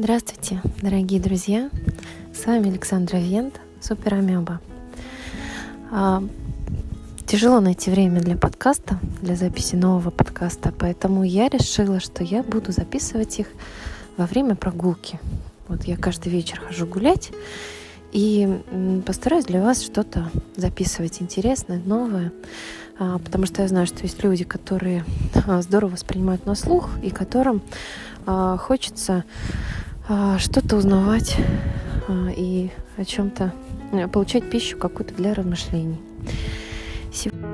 Здравствуйте, дорогие друзья! С вами Александра Вент, Супер Амеба. Тяжело найти время для подкаста, для записи нового подкаста, поэтому я решила, что я буду записывать их во время прогулки. Вот я каждый вечер хожу гулять и постараюсь для вас что-то записывать интересное, новое, потому что я знаю, что есть люди, которые здорово воспринимают на слух и которым хочется что-то узнавать и о чем-то получать пищу какую-то для размышлений.